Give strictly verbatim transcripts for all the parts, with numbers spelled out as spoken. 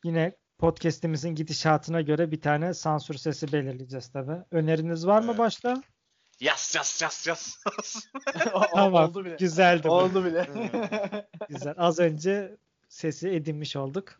Yine podcast'imizin gidişatına göre bir tane sansür sesi belirleyeceğiz tabii. Öneriniz var mı Evet. başta? Yas yas yas yas. Tamam. Oldu bile. Güzeldi bu. Oldu bile. Güzel. Az önce sesi edinmiş olduk.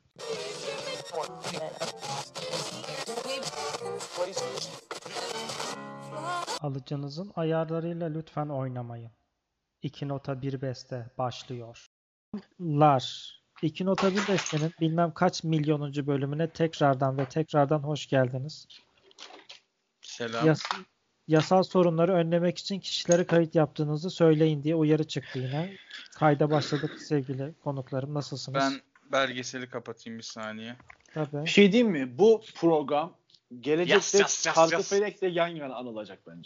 Alıcınızın ayarlarıyla lütfen oynamayın. İki nota bir beste başlıyor. Lar. İki nota bir bestenin bilmem kaç milyonuncu bölümüne tekrardan ve tekrardan hoş geldiniz. Selam. Yas yasal sorunları önlemek için kişilere kayıt yaptığınızı söyleyin diye uyarı çıktı yine. Kayda başladık sevgili konuklarım. Nasılsınız? Ben belgeseli kapatayım bir saniye. Tabii. Bir şey diyeyim mi? Bu program gelecekte Yas, yas, yas, Çarkı yas. Felek'le yan yana anılacak bence.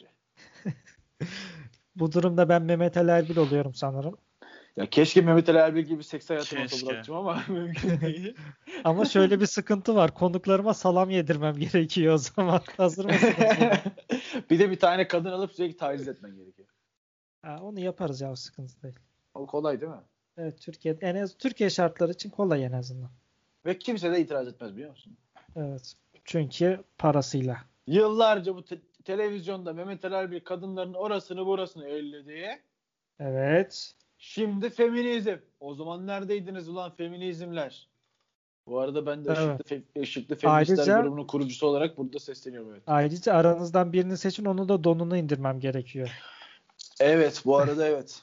Bu durumda ben Mehmet Ali Erbil oluyorum sanırım. Ya keşke Mehmet Ali Erbil gibi seks hayatını olsa Keşke. bırakacağım ama mümkün değil. Ama şöyle bir sıkıntı var. Konuklarıma salam yedirmem gerekiyor o zaman. Hazır mısınız? Bir de bir tane kadın alıp sürekli taciz etmen gerekiyor. Ha, onu yaparız ya, o sıkıntı değil. O kolay değil mi? Evet, Türkiye en az Türkiye şartları için kolay en azından. Ve kimse de itiraz etmez biliyor musun? Evet. Çünkü parasıyla. Yıllarca bu te- televizyonda Mehmet Ali Erbil kadınların orasını burasını elledi. Evet. Şimdi feminizm. O zaman neredeydiniz ulan feminizmler? Bu arada ben de Evet. Işıklı, Fe- Işıklı Feministler Ayrıca- grubunun kurucusu olarak burada sesleniyorum. Evet. Ayrıca aranızdan birini seçin, onu da donunu indirmem gerekiyor. Evet bu arada evet.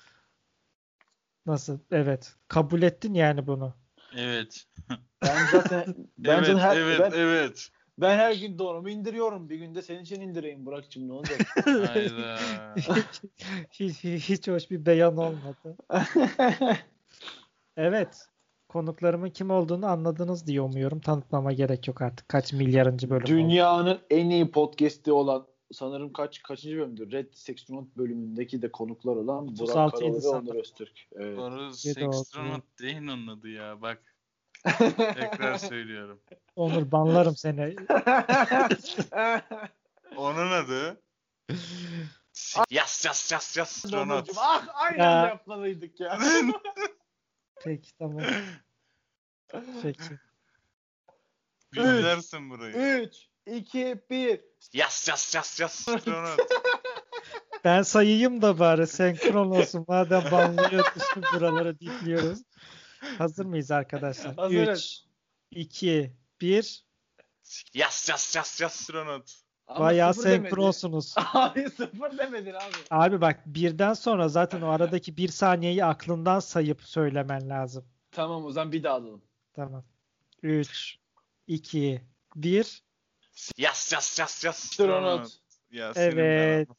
Nasıl? Evet. Kabul ettin yani bunu. Evet. Ben zaten ben evet, zaten her, evet, ben, evet. ben her gün donumu indiriyorum. Bir günde senin için indireyim Burak'cığım, ne olacak? Hayda. hiç, hiç hoş bir beyan olmadı. Evet. Konuklarımın kim olduğunu anladınız diye umuyorum. Tanıtmama gerek yok artık. Kaç milyarıncı bölüm oldu. Dünyanın en iyi podcast'i olan sanırım kaç kaçıncı bölümdür? Red Sextronaut bölümündeki de konuklar olan otuz Burak altı Karaoğlu ydi ve Onur sanırım. Öztürk. Evet. Orası Yedi oldu. Sextronaut değil onun adı ya. Bak. Tekrar söylüyorum. Onur, banlarım seni. Onun adı Yas yas yas yas. Sextronaut. Onurcuğum, ah aynı Ya. anda yapmalıydık ya. Peki, tamam. Peki. Bilirsin burayı. üç, iki, bir. Yas yas yas yas. Sextronaut. Ben sayayım da bari senkron olsun. Madem banlıyoruz, buraları dipliyoruz. Hazır mıyız arkadaşlar? Hazırız. üç, iki, bir. Yas yas yas yas. Sextronaut. Ama Bayağı sıfır demedi. senkronsunuz. Abi sıfır demedin abi. Abi bak, birden sonra zaten o aradaki bir saniyeyi aklından sayıp söylemen lazım. Tamam o zaman bir daha alalım. Tamam. üç, iki, bir. Yas yas yas yas. Sextronaut. Ya senin Evet.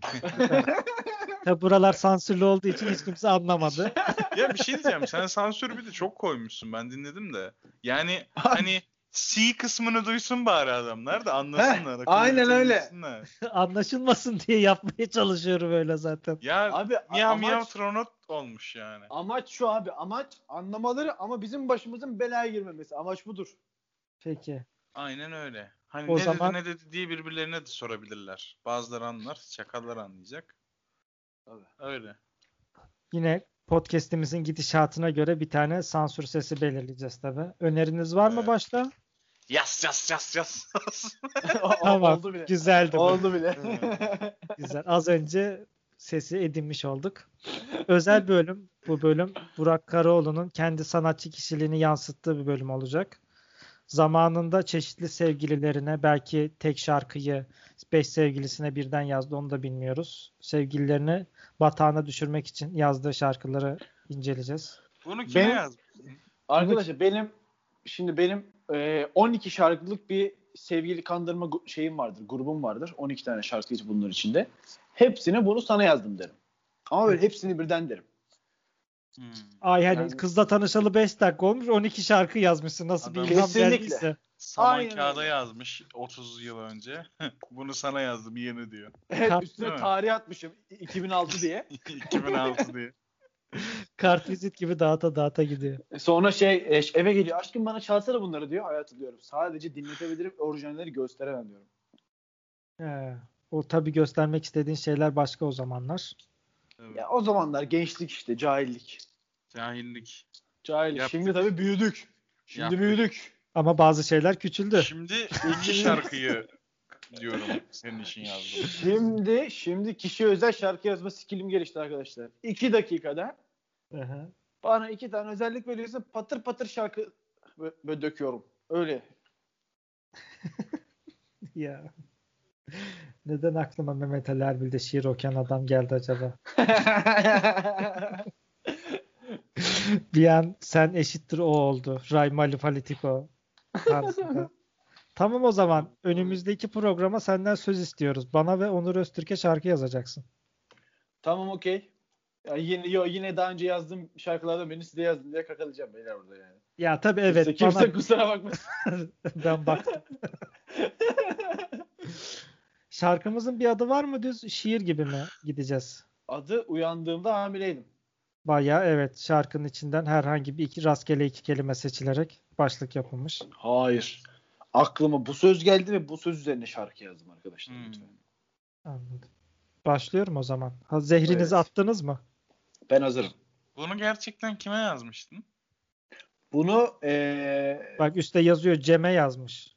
Tabi buralar sansürlü olduğu için hiç kimse anlamadı. belanı. Ya bir şey diyeceğim. Sen sansürü bir de çok koymuşsun. Ben dinledim de. Yani hani C kısmını duysun bari adamlar da anlasınlar. Heh, aynen öyle. Bilsinler. Anlaşılmasın diye yapmaya çalışıyorum öyle zaten. Ya Abi miyav amaç, miyav tronot olmuş yani. amaç şu abi. Amaç anlamaları ama bizim başımızın belaya girmemesi. Amaç budur. Peki. Aynen öyle. Hani O ne zaman- dedi ne dedi diye birbirlerine de sorabilirler. Bazıları anlar, çakallar anlayacak. Tabii. Öyle. Yine podcast'imizin gidişatına göre bir tane sansür sesi belirleyeceğiz tabii. Öneriniz var mı Evet. başta? Yas yas yas yas. Tamam. Oldu bile. Güzeldi bu. Oldu bile. Güzel. Az önce sesi edinmiş olduk. Özel bölüm. Bu bölüm Burak Karaoğlu'nun kendi sanatçı kişiliğini yansıttığı bir bölüm olacak. Zamanında çeşitli sevgililerine, belki tek şarkıyı beş sevgilisine birden yazdı, onu da bilmiyoruz. Sevgililerini batağına düşürmek için yazdığı şarkıları inceleyeceğiz. Bunu kime Benim- yazdın? Arkadaşlar benim şimdi benim e, on iki şarkılık bir sevgili kandırma gu- şeyim vardır, grubum vardır. on iki tane şarkıcı bunlar içinde. Hepsine bunu sana yazdım derim. Ama böyle hepsini birden derim. Hmm. Ay hani Yani- kızla tanışalı beş dakika olmuş, on iki şarkı yazmışsın. Nasıl bir Adam- ilham Kesinlikle. geldiyse. Saman Aynen kağıda öyle. yazmış otuz yıl önce. Bunu sana yazdım yeni diyor. Evet, Kart- üstüne Değil mi? tarih atmışım iki bin altı diye. iki bin altı diye. Kartvizit gibi dağıta dağıta gidiyor. Sonra şey e, eve geliyor. Aşkım bana çalsana bunları diyor. Hayatım diyorum. Sadece dinletebilirim. Orijinalleri gösteremem diyorum. He. O tabii göstermek istediğin şeyler başka o zamanlar. Evet. Ya o zamanlar gençlik işte, cahillik. Cahillik. Cahillik. Yaptık. Şimdi tabii büyüdük. Şimdi Yaptık. büyüdük. Ama bazı şeyler küçüldü. Şimdi iki şarkıyı diyorum senin için yazdım. Şimdi şimdi kişi özel şarkı yazma skillim gelişti arkadaşlar. İki dakikada Aha. bana iki tane özellik veriyorsun, patır patır şarkı böyle döküyorum. Öyle. Ya. Neden aklıma Mehmet Ali Erbil'de şiir okuyan adam geldi acaba? Bir an sen eşittir o oldu. Ray Malifalitiko tarzında. Tamam o zaman önümüzdeki programa senden söz istiyoruz. Bana ve Onur Öztürk'e şarkı yazacaksın. Tamam, okey. Ya yine yo, yine daha önce yazdığım şarkılardan birini size yazdım diye kakalayacağım beyler burada yani. Ya tabii evet. Kimse, kimse bana... kusura bakmasın. Ben baktım. Şarkımızın bir adı var mı, düz şiir gibi mi gideceğiz? Adı Uyandığımda Hamileydim. Bayağı evet, şarkının içinden herhangi bir iki rastgele iki kelime seçilerek başlık yapılmış. Hayır. Aklıma bu söz geldi ve bu söz üzerine şarkı yazdım arkadaşlar. Hmm. Lütfen. Anladım. Başlıyorum o zaman. Ha, zehrinizi Evet. attınız mı? Ben hazırım. Bunu gerçekten kime yazmıştın? Bunu ee, Bak üstte yazıyor, Cem'e yazmış.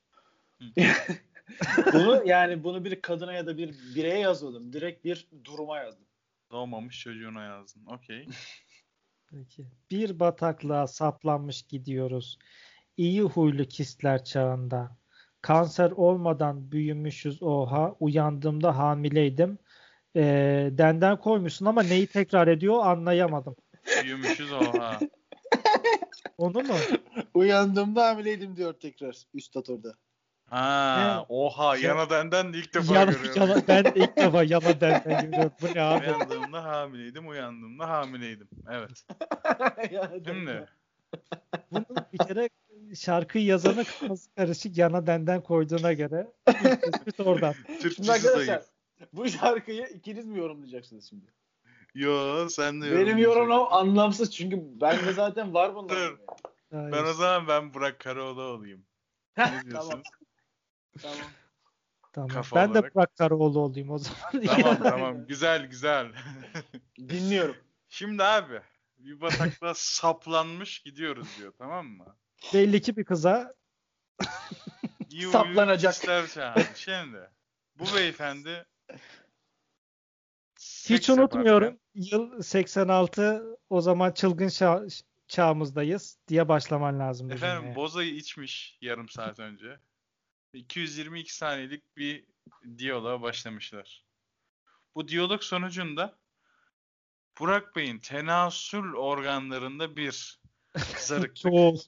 bunu yani bunu bir kadına ya da bir bireye yazmadım. Direkt bir duruma yazdım. Doğmamış çocuğuna yazdın. Okey. Peki. Bir bataklığa saplanmış gidiyoruz. İyi huylu kistler çağında. Kanser olmadan büyümüşüz oha. Uyandığımda hamileydim. Ee, denden koymuşsun ama neyi tekrar ediyor anlayamadım. Büyümüşüz oha. Onu mu? Uyandığımda hamileydim diyor tekrar üstad orada. Ha, Ne? oha Ya- yana denden de ilk defa Yana, görüyorum. yana, ben de ilk defa yana denden görüyorum. Bu ne abi? Uyandığımda hamileydim, uyandığımda hamileydim. Evet. Şimdi Bunun bir kere şarkıyı yazanı kafası karışık yana denden koyduğuna göre ilk tespit oradan. Şimdi Türkçesi arkadaşlar zayıf. bu şarkıyı ikiniz mi yorumlayacaksınız şimdi? Yo sen de Benim yorumlayacaksın. yorumlam anlamsız çünkü bende zaten var bunlar. Dur. Hayır. Ben o zaman ben Burak Karaoğlu olayım. Ne Tamam. diyorsunuz? Tamam. Tamam. Kafa Ben de olarak. Burak Karaoğlu olayım o zaman. Tamam tamam güzel güzel. Dinliyorum. Şimdi abi bir bataklığa saplanmış gidiyoruz diyor, tamam mı? Belli ki bir kıza İyi huylu Saplanacak. kişiler çağırdı. Şimdi bu beyefendi hiç seks unutmuyorum. yaparken- Yıl seksen altı, o zaman çılgın çağ- çağımızdayız diye başlaman lazım bu Efendim cümleye. bozayı içmiş yarım saat önce. iki yüz yirmi iki saniyelik bir diyaloğa başlamışlar. Bu diyalog sonucunda Burak Bey'in tenasül organlarında bir kızarıklık Çoğul.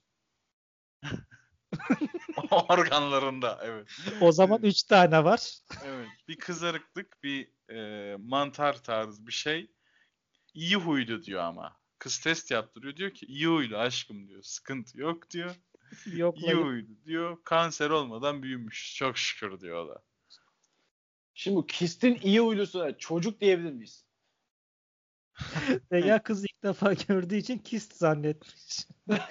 organlarında evet. O zaman üç tane var. Evet. Bir kızarıklık, bir e, mantar tarzı bir şey. İyi huylu diyor ama. Kız test yaptırıyor. Diyor ki iyi huylu aşkım diyor. Sıkıntı yok diyor. İyi Yoklayıp huylu diyor. Kanser olmadan büyümüş. Çok şükür diyor o da. Şimdi bu kistin iyi huylusuna çocuk diyebilir miyiz? veya kız ilk defa gördüğü için kist zannetmiş.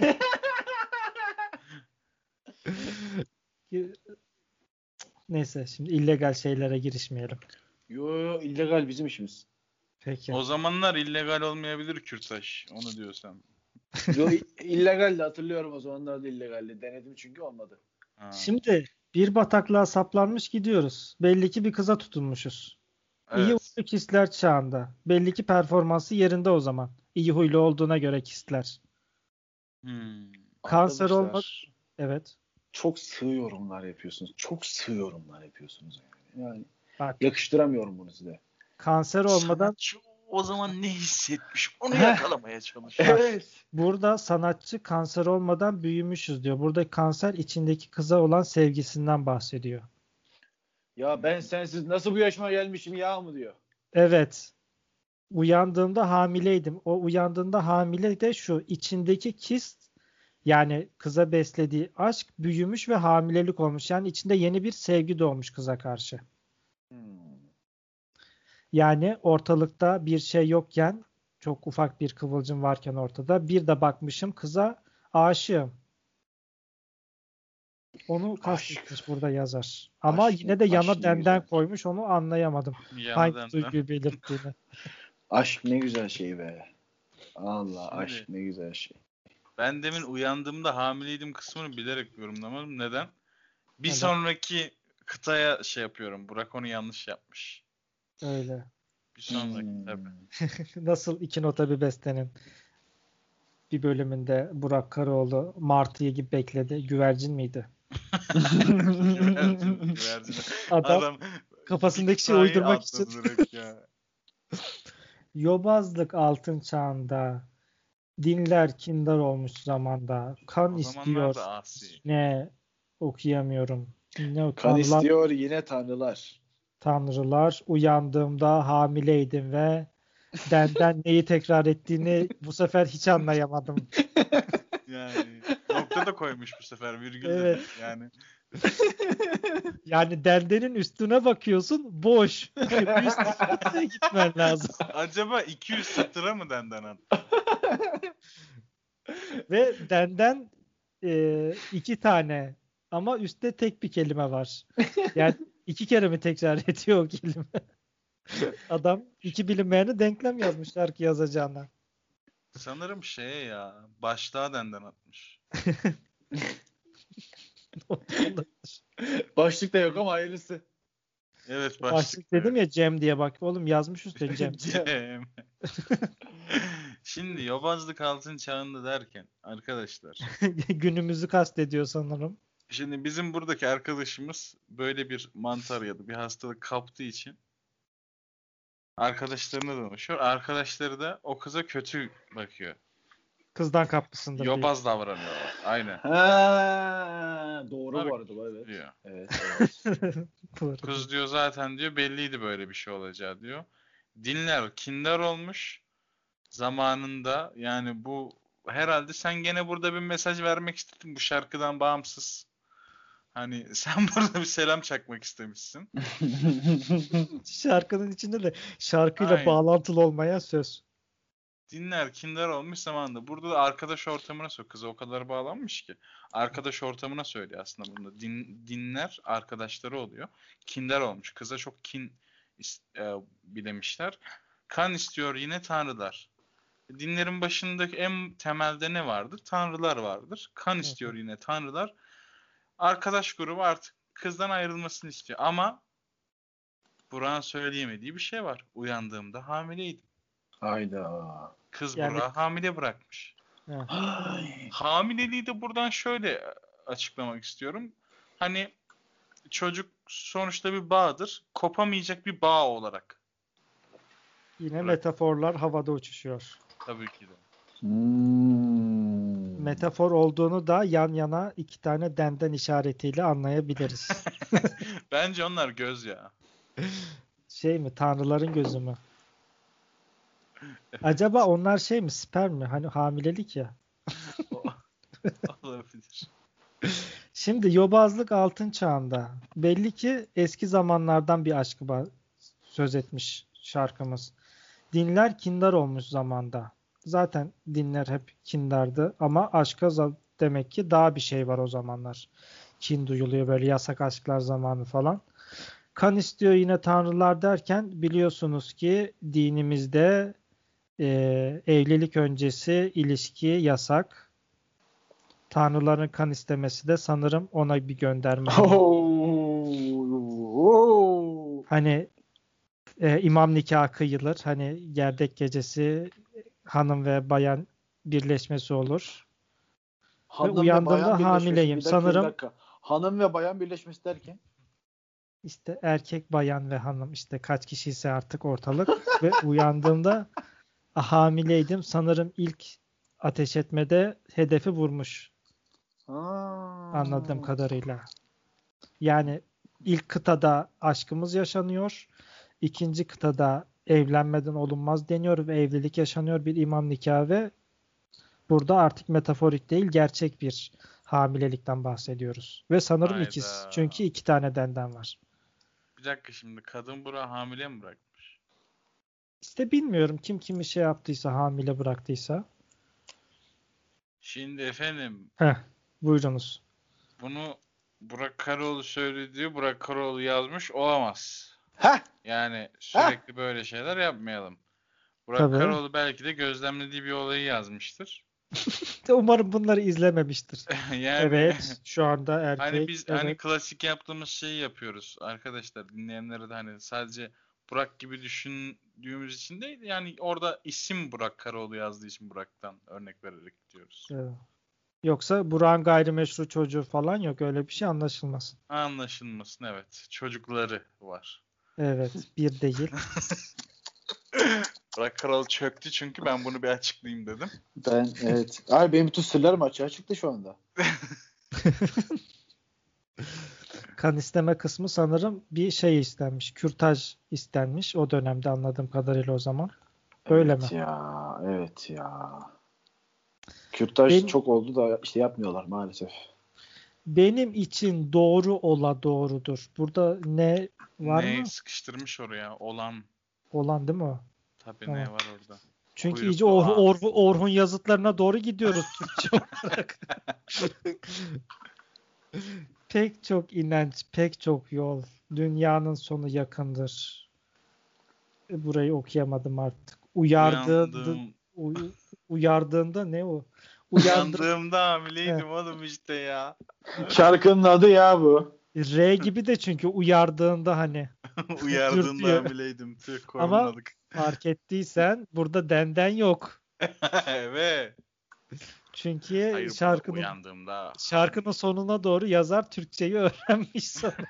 Neyse şimdi illegal şeylere girişmeyelim. Yo yo illegal bizim işimiz. Peki. O zamanlar illegal olmayabilir kürtaj. Onu diyorsam. Yo illegaldi, hatırlıyorum o zamanlar da illegaldi. Denedim çünkü olmadı. Ha. Şimdi bir bataklığa saplanmış gidiyoruz. Belli ki bir kıza tutunmuşuz. İyi Evet. huylu kistler çağında. Belli ki performansı yerinde o zaman. İyi huylu olduğuna göre kistler. Hmm. Kanser Arkadaşlar, olmak. Evet. çok sığ yorumlar yapıyorsunuz. Çok sığ yorumlar yapıyorsunuz yani. Yani Bak, yakıştıramıyorum bunu size. kanser olmadan Sanatçı o zaman ne hissetmiş? Onu Heh. yakalamaya çalışıyor. Evet. burada sanatçı kanser olmadan büyümüşüz diyor. Burada kanser içindeki kıza olan sevgisinden bahsediyor. Ya ben sensiz nasıl bu yaşıma gelmişim ya mı diyor. Evet. Uyandığımda hamileydim. O uyandığında hamile de şu içindeki kist, yani kıza beslediği aşk büyümüş ve hamilelik olmuş. Yani içinde yeni bir sevgi doğmuş kıza karşı. Hmm. Yani ortalıkta bir şey yokken, çok ufak bir kıvılcım varken ortada, bir de bakmışım kıza aşığım. Onu kastetmiş burada yazar. Ama Aşk- yine de aşk yana ne denden güzel. koymuş, onu anlayamadım. Hangi Yanından. duyguyu belirttiğini. Aşk ne güzel şey be. Allah Şimdi- aşk ne güzel şey. Ben demin uyandığımda hamileydim kısmını bilerek yorumlamadım. Neden? Bir Neden? sonraki kıtaya şey yapıyorum. Burak onu yanlış yapmış. Öyle. Bir sonraki Hmm. tabii. Nasıl iki nota bir bestenin bir bölümünde Burak Karaoğlu martıyı gibi bekledi. Güvercin miydi? Güvercin, güvercin. Adam Adam kafasındaki bir şeyi kıtayı uydurmak için. atladı direkt ya. Yobazlık altın çağında, dinler kindar olmuş zamanda, kan O zamanlar istiyor. da asi. Ne okuyamıyorum. Ne o Kan tanrılar, istiyor yine tanrılar. tanrılar. Uyandığımda hamileydim ve denden neyi tekrar ettiğini bu sefer hiç anlayamadım. Yani nokta da koymuş bu sefer virgül de Evet. değil. Yani Yani dendenin üstüne bakıyorsun boş. Bir üstüne gitmen lazım. acaba iki yüz satıra mı denden attı? Ve denden e, iki tane ama üstte tek bir kelime var. Yani iki kere mi tekrar ediyor o kelime? Adam iki bilinmeyeni denklem yazmış şarkı yazacağına. Sanırım şeye ya başlığa denden atmış. Başlık da yok ama hayırlısı. Evet Başlık başlık dedim ya Cem diye bak. Oğlum yazmış üstte Cem. Cem. Şimdi yobazlık altın çağında derken arkadaşlar. Günümüzü kastediyor sanırım. Şimdi bizim buradaki arkadaşımız böyle bir mantar ya da bir hastalık kaptığı için arkadaşlarına danışıyor. Arkadaşları da o kıza kötü bakıyor. Kızdan kaplısındır diyor. Yobaz davranıyorlar. Aynen. Ha, doğru Bunlar bu arada bu, evet. diyor. Evet, evet. Doğru. Kız diyor zaten diyor belliydi böyle bir şey olacağı diyor. Dinler kindar olmuş zamanında. Yani bu herhalde sen gene burada bir mesaj vermek istedin bu şarkıdan bağımsız. Hani sen burada bir selam çakmak istemişsin. Şarkının içinde de şarkıyla Aynen. bağlantılı olmayan söz. Dinler kindar olmuş zamanında. Burada da arkadaş ortamına söylüyor. Kıza o kadar bağlanmış ki. Arkadaş ortamına söylüyor aslında bunda. Din, dinler arkadaşları oluyor. Kindar olmuş. Kıza çok kin is- e, bilemişler. Kan istiyor yine tanrılar. Dinlerin başındaki en temelde ne vardır? Tanrılar vardır. Kan istiyor yine tanrılar. Arkadaş grubu artık kızdan ayrılmasını istiyor. Ama Burak'ın söyleyemediği bir şey var. Uyandığımda hamileydim. Hayda. Kız Yani- Burak'ı hamile bırakmış. Heh. Ay. Hamileliği de buradan şöyle açıklamak istiyorum. Hani çocuk sonuçta bir bağdır. Kopamayacak bir bağ olarak. Yine Evet. metaforlar havada uçuşuyor. Tabii ki de. Hmm. Metafor olduğunu da yan yana iki tane denden işaretiyle anlayabiliriz. Bence onlar göz ya. Şey mi? Tanrıların gözü mü? Acaba onlar şey mi? Sperm mi? Hani hamilelik ya. O- Olabilir. Şimdi yobazlık altın çağında. Belli ki eski zamanlardan bir aşkı ba- söz etmiş şarkımız. Dinler kindar olmuş zamanda. Zaten dinler hep kindardı ama aşka za- demek ki daha bir şey var o zamanlar. Kin duyuluyor böyle yasak aşklar zamanı falan. Kan istiyor yine tanrılar derken biliyorsunuz ki dinimizde e, evlilik öncesi ilişki yasak. Tanrıların kan istemesi de sanırım ona bir gönderme. Oh. Hani e, imam nikahı kıyılır. Hani gerdek gecesi hanım ve bayan birleşmesi olur. Hanım ve uyandığımda bayan birleşmesi. hamileyim. Bir dakika, Sanırım- bir dakika. Hanım ve bayan birleşmesi derken? İşte erkek, bayan ve hanım işte kaç kişiyse artık ortalık ve uyandığımda hamileydim. Sanırım ilk ateş etmede hedefi vurmuş Ha. anladığım kadarıyla. Yani ilk kıtada aşkımız yaşanıyor. İkinci kıtada evlenmeden olunmaz deniyor ve evlilik yaşanıyor bir imam nikahı ve burada artık metaforik değil gerçek bir hamilelikten bahsediyoruz. Ve sanırım Hayda. ikiz. Çünkü iki tane denden var. Bir dakika şimdi kadın Burak'ı hamile mi bırakmış? İşte bilmiyorum kim kimi şey yaptıysa hamile bıraktıysa. Şimdi efendim Heh, buyurunuz. bunu Burak Karaoğlu söyledi, Burak Karaoğlu yazmış olamaz. Heh. Yani sürekli böyle şeyler yapmayalım. Burak Tabii. Karaoğlu belki de gözlemlediği bir olayı yazmıştır. Umarım bunları izlememiştir. Yani Evet, şu anda erkek. hani biz evet. hani klasik yaptığımız şeyi yapıyoruz arkadaşlar, dinleyenlere de hani sadece Burak gibi düşündüğümüz için değil, yani orada isim Burak Karaoğlu yazdığı için Burak'tan örnek vererek diyoruz. Evet. Yoksa Burak'ın gayrimeşru çocuğu falan yok. Öyle bir şey anlaşılmasın. Anlaşılmasın, evet. Çocukları var. Evet, bir değil. Burak Karaoğlu çöktü çünkü ben bunu bir açıklayayım dedim. Ben evet. Abi benim bütün sırlarım açığa çıktı şu anda. Kan isteme kısmı sanırım bir şey istenmiş. Kürtaj istenmiş. O dönemde anladığım kadarıyla o zaman. Öyle evet mi? ya. Evet ya. Kürtaj Benim, çok oldu da işte yapmıyorlar maalesef. benim için doğru ola doğrudur. Burada ne var Ne mı? sıkıştırmış oraya? Olan. Olan değil mi o? Tabii Tamam. ne var orada? Çünkü iyice Kuyruklu Or- A. Or- Orhun yazıtlarına doğru gidiyoruz Türkçe olarak. Pek çok inanç, pek çok yol. Dünyanın sonu yakındır. E, Burayı okuyamadım artık. Uyardığında, Uyandım. uy- uyardığında ne o? Uyandı. Uyandığımda He. hamileydim oğlum işte ya. Şarkının adı ya bu. R gibi de çünkü uyardığında hani Uyardığımda dürtüyor. hamileydim. Tüh, Ama korunmadık. fark ettiysen burada denden yok. Evet. Çünkü Hayır, burada şarkının uyandığımda şarkının sonuna doğru yazar Türkçeyi öğrenmiş sanırım.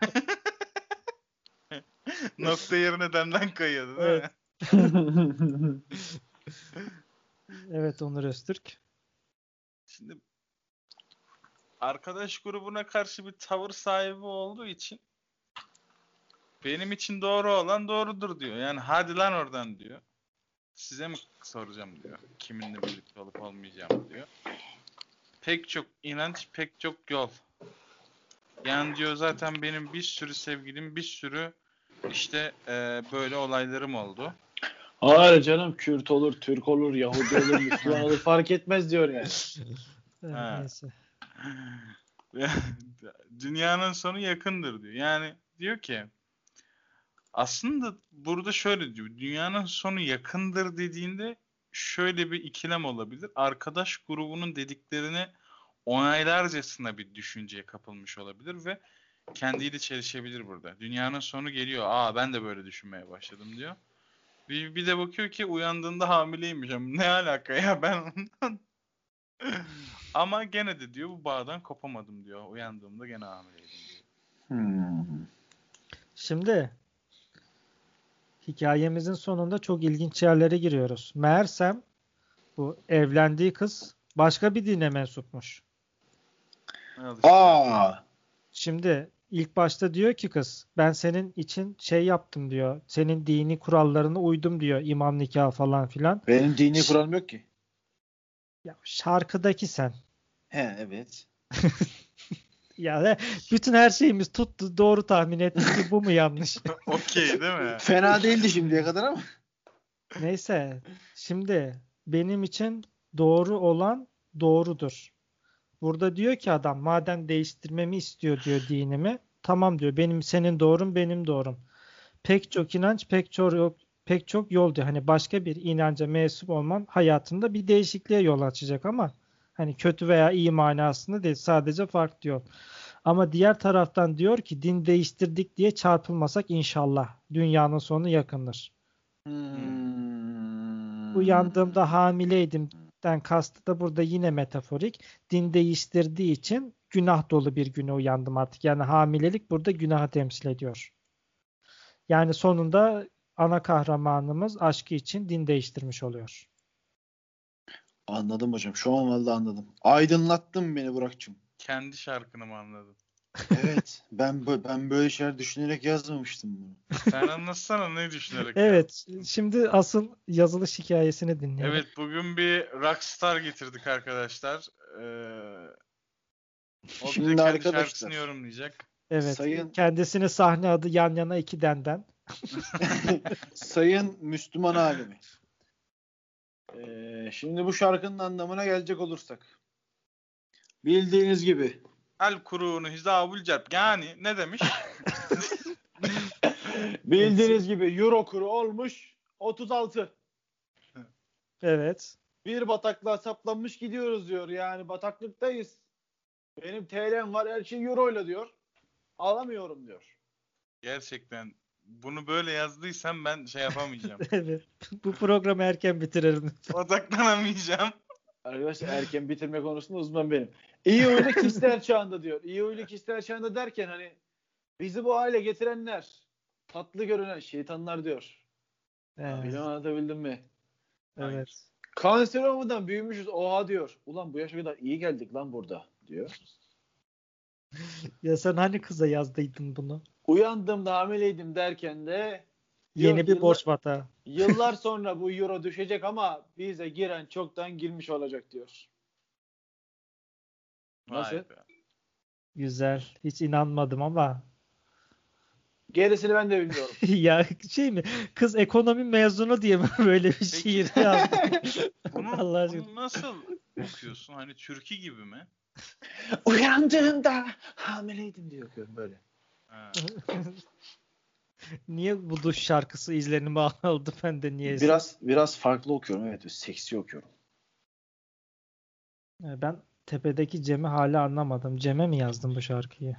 nokta yerine denden kayıyordu değil Evet. mi? Evet, Onur Öztürk. Şimdi arkadaş grubuna karşı bir tavır sahibi olduğu için benim için doğru olan doğrudur diyor. Yani hadi lan oradan diyor. Size mi soracağım diyor. Kiminle birlikte olup olmayacağım diyor. Pek çok inanç, pek çok yol. Yani diyor zaten benim bir sürü sevgilim, bir sürü işte e, böyle olaylarım oldu. Hayır canım, Kürt olur, Türk olur, Yahudi olur, Müslüman olur fark etmez diyor yani. Evet, Ha. neyse. Dünyanın sonu yakındır diyor. Yani diyor ki aslında burada şöyle diyor. Dünyanın sonu yakındır dediğinde şöyle bir ikilem olabilir. Arkadaş grubunun dediklerini onaylarcasına bir düşünceye kapılmış olabilir ve kendiyle çelişebilir burada. Dünyanın sonu geliyor. Aa, ben de böyle düşünmeye başladım diyor. Bir, bir de bakıyor ki uyandığında hamileymiş. Ne alaka ya, ben ondan. Ama gene de diyor bu bağdan kopamadım diyor. Uyandığımda gene hamileydim diyor. Hmm. Şimdi hikayemizin sonunda çok ilginç yerlere giriyoruz. Meğersem bu evlendiği kız başka bir dine mensupmuş. Aa. Şimdi ilk başta diyor ki kız, ben senin için şey yaptım diyor. Senin dini kurallarına uydum diyor. İmam nikahı falan filan. Benim dini kuralım yok ki. Ya, şarkıdaki sen. He evet. Ya bütün her şeyimiz tuttu. Doğru tahmin ettik. Bu mu yanlış? Okey değil mi? Fena değildi şimdiye kadar ama. Neyse. Şimdi benim için doğru olan doğrudur. Burada diyor ki adam, madem değiştirmemi istiyor diyor dinimi. Tamam diyor. Benim senin doğrun benim doğrum. Pek çok inanç, pek çok yok, pek çok yol diyor. Hani başka bir inanca mensup olman hayatında bir değişikliğe yol açacak ama hani kötü veya iyi manasında değil, sadece farklı yol. Ama diğer taraftan diyor ki din değiştirdik diye çarpılmasak inşallah. Dünyanın sonu yakındır. Hmm. Uyandığımda hamileydimden kastı da burada yine metaforik. Din değiştirdiği için günah dolu bir güne uyandım artık. Yani hamilelik burada günahı temsil ediyor. Yani sonunda ana kahramanımız aşkı için din değiştirmiş oluyor. Anladım hocam. Şu an vallahi anladım. Aydınlattın beni Burak'cığım. Kendi şarkını mı anladın? Evet. Ben ben böyle şeyler düşünerek yazmamıştım bunu. Sen anlatsana, ne düşünerek Evet, yazdın? şimdi asıl yazılış hikayesini dinleyelim. Evet, bugün bir rockstar getirdik arkadaşlar. Ee, o Şimdi bir de kendi arkadaşlar, şarkısını yorumlayacak. Evet, Sayın kendisini sahne adı yan yana iki denden. Sayın Müslüman alemi. Ee, şimdi bu şarkının anlamına gelecek olursak. Bildiğiniz gibi. El kurunu hizabul cerb. Yani ne demiş? Bildiğiniz gibi Euro kuru olmuş otuz altı. Evet. Bir bataklığa saplanmış gidiyoruz diyor. Yani bataklıktayız. Benim T L'm var, her şey euro ile diyor. Alamıyorum diyor. Gerçekten bunu böyle yazdıysam ben şey yapamayacağım. Evet. Bu programı erken bitirelim. Odaklanamayacağım. Arkadaşlar erken bitirme konusunda uzman benim. İyi huylu kişiler çağında diyor. İyi huylu kişiler çağında derken hani bizi bu hale getirenler, tatlı görünen şeytanlar diyor. Evet. Bilmem anlatabildim mi? Evet. Kanser olmadan büyümüşüz oha diyor. Ulan bu yaşa kadar iyi geldik lan burada diyor. Ya sen hani kıza yazdıydın bunu? Uyandığımda hamileydim derken de Yeni bir yıllar, borç batağı. yıllar sonra bu euro düşecek ama bize giren çoktan girmiş olacak diyor. Nasıl? Vay be. Güzel. Hiç inanmadım ama. Gerisini ben de bilmiyorum. Ya şey mi? Kız ekonomi mezunu diye mi böyle bir şiir yazdı? Bunu, Allah aşkına. bunu nasıl okuyorsun? Hani türkü gibi mi? Uyandığımda hamileydim diyor böyle. Ha. Niye bu duş şarkısı izlenimi aldı bende niyeyse? Biraz biraz farklı okuyorum, evet, seksi okuyorum. Ben tepedeki Cem'i hala anlamadım. Cem'e mi yazdın bu şarkıyı?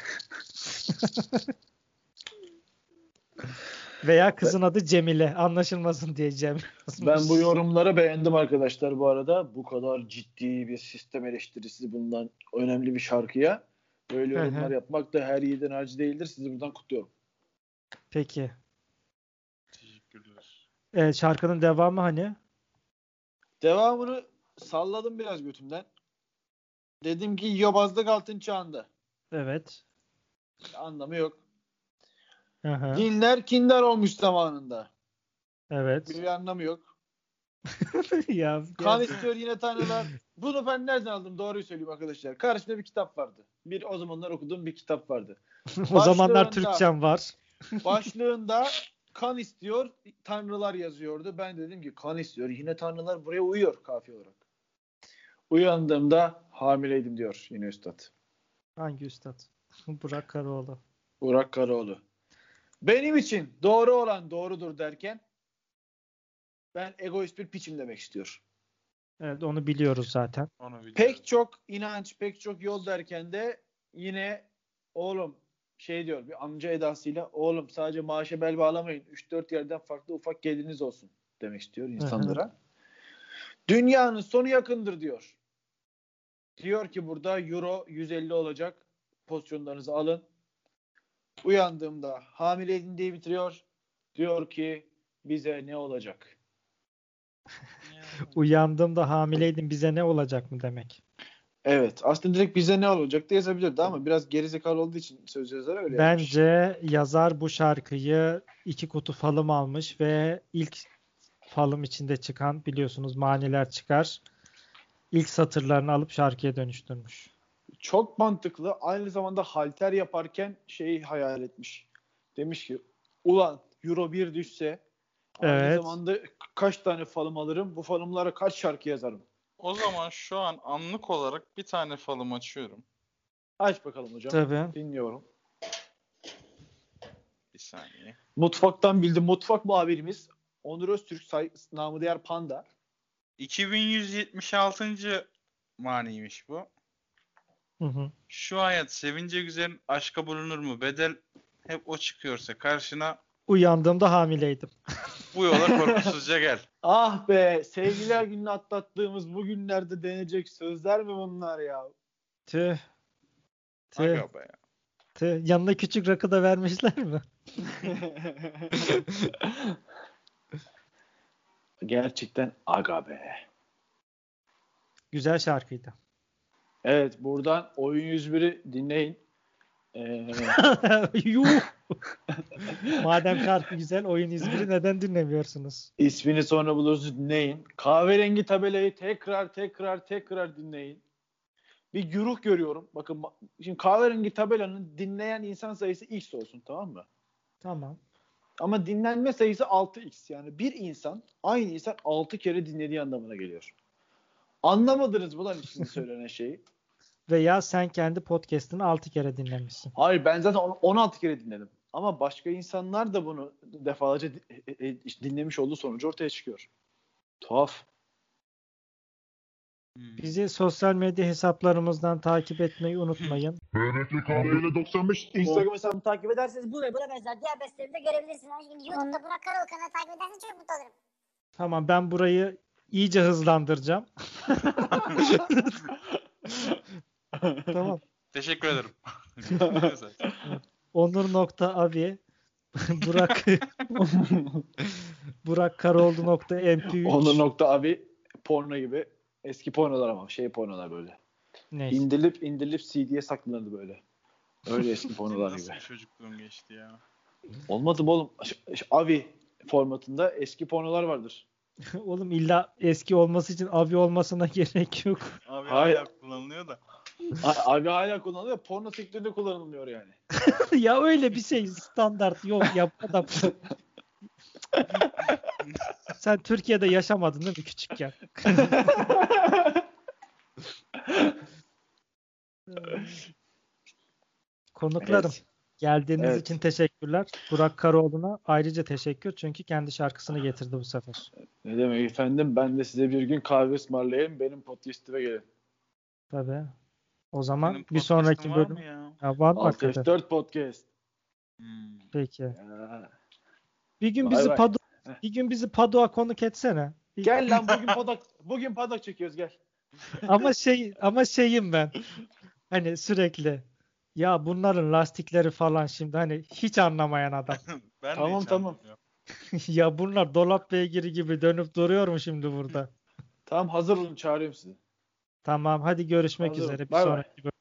Veya kızın adı Cemile. Anlaşılmasın diye Cem yazmış. Ben bu yorumları beğendim arkadaşlar bu arada. Bu kadar ciddi bir sistem eleştirisi bulunan önemli bir şarkıya böyle Hı hı. yorumlar yapmak da her yiğidin harcı değildir. Sizi buradan kutluyorum. Peki. Teşekkürler. Evet, şarkının devamı hani? Devamını salladım biraz götümden. Dedim ki yobazlık altın çağında. Evet. Anlamı yok. Hı hı. Dinler kindar olmuş zamanında. Evet. Bir anlamı yok. Ya Kan gerçekten. istiyor yine tanrılar. Bunu ben nereden aldım? Doğruyu söyleyeyim arkadaşlar. Karşımda bir kitap vardı. Bir o zamanlar okuduğum bir kitap vardı. O zamanlar Başlığında- Türkçem var. Başlığında kan istiyor tanrılar yazıyordu. Ben dedim ki kan istiyor yine tanrılar buraya uyuyor kafiye olarak. Uyandığımda hamileydim diyor yine üstad. Hangi üstad? Burak Karaoğlu. Burak Karaoğlu. Benim için doğru olan doğrudur derken ben egoist bir piçim demek istiyor. Evet, onu biliyoruz zaten. Onu biliyorum. Pek çok inanç, pek çok yol derken de yine oğlum şey diyor bir amca edasıyla oğlum sadece maaşa bel bağlamayın. üç dört yerden farklı ufak geliriniz olsun demek istiyor insanlara. Dünyanın sonu yakındır diyor. Diyor ki burada euro yüz elli olacak. Pozisyonlarınızı alın. Uyandığımda hamileydim diye bitiriyor. Diyor ki bize ne olacak? Uyandığımda hamileydim bize ne olacak mı demek? Evet. Aslında direkt bize ne olacak diye yazabilirdi ama biraz gerizekalı olduğu için söz yazarı öyle yazmış. Bence yazar bu şarkıyı iki kutu falım almış ve ilk falım içinde çıkan biliyorsunuz maniler çıkar. İlk satırlarını alıp şarkıya dönüştürmüş. Çok mantıklı. Aynı zamanda halter yaparken şeyi hayal etmiş. Demiş ki ulan euro bir düşse aynı Evet. zamanda kaç tane falım alırım? Bu falımlara kaç şarkı yazarım? O zaman şu an anlık olarak bir tane falım açıyorum. Aç bakalım hocam. Tabii. Dinliyorum. Bir saniye. Mutfaktan bildim. Mutfak muhabirimiz Onur Öztürk say- namı diğer Panda. iki bin yüz yetmiş altıncı maniymiş bu. Hı hı. Şu hayat sevince güzel, aşka bulunur mu bedel? Hep o çıkıyorsa karşına Uyandığımda hamileydim. bu yola korkusuzca gel. Ah be sevgililer gününü atlattığımız bu günlerde denecek sözler mi bunlar ya? Tüh. Tüh. Aga be. Tüh. Yanına küçük rakı da vermişler mi? Gerçekten aga be. Güzel şarkıydı. Evet buradan Oyun yüz biri dinleyin. Ee, Yuh. Madem şarkı güzel, oyun İzmir'i neden dinlemiyorsunuz? ismini sonra bulursunuz dinleyin. Kahverengi tabelayı tekrar tekrar tekrar dinleyin. Bir güruh görüyorum. Bakın şimdi kahverengi tabelanın dinleyen insan sayısı X olsun tamam mı? Tamam. Ama dinlenme sayısı altı x. Yani bir insan aynı insan altı kere dinlediği anlamına geliyor. Anlamadınız mı lan şimdi söylenen şeyi? Veya sen kendi podcast'ını altı kere dinlemişsin. Hayır ben zaten on altı kere dinledim. Ama başka insanlar da bunu defalarca dinlemiş olduğu sonucu ortaya çıkıyor. Tuhaf. Hmm. Bizi sosyal medya hesaplarımızdan takip etmeyi unutmayın. B R T K ile doksan beş Instagram hesabımı takip ederseniz Bu ve buna benzer diğer bestelerimi de görebilirsiniz. Şimdi YouTube'da Burak Karaoğlu kanalını takip edersen çok mutlu olurum. Tamam, ben burayı iyice hızlandıracağım. Tamam. Teşekkür ederim. Onur.avi Burak Burak Karaoğlu nokta M P üç Onur nokta abi porno gibi. Eski pornolar ama şey pornolar böyle. Ne? İndirilip indirilip C D'ye saklanırdı böyle. Öyle eski pornolar Nasıl gibi. bir çocukluğum geçti ya. Olmadı mı oğlum? Ş- ş- Avi formatında eski pornolar vardır. Oğlum illa eski olması için avi olmasına gerek yok. Abi Hayır. hala kullanılıyor da. A- Avi hala kullanılıyor. Porno sektöründe kullanılmıyor yani. Ya öyle bir şey standart yok yap adam. Sen Türkiye'de yaşamadın değil mi küçükken? Konuklarım, Evet. geldiğiniz Evet. için teşekkürler. Burak Karaoğlu'na ayrıca teşekkür çünkü kendi şarkısını getirdi bu sefer. Ne demek efendim? Ben de size bir gün kahve ısmarlayayım. Benim podcast'ime gelin. Tabii. O zaman Senin bir podcast'ın sonraki var bölüm. mı ya? Ya var mı Alt F hakikaten? dört podcast. Hmm. Peki. Ya. Bir gün Vay bizi vay. Padu Heh. bir gün bizi Padua konuk etsene. Bir- Gel lan bugün padak bugün padak çekiyoruz gel. Ama şey ama şeyim ben. Hani sürekli ya bunların lastikleri falan şimdi hani hiç anlamayan adam. Ben de Tamam, hiç tamam. anlamıyorum. Ya bunlar dolap beygiri gibi dönüp duruyor mu şimdi burada? Tamam hazır olun çağırıyorum sizi. Tamam hadi görüşmek Hazır olun. üzere bir Bay bay. sonraki bölüm.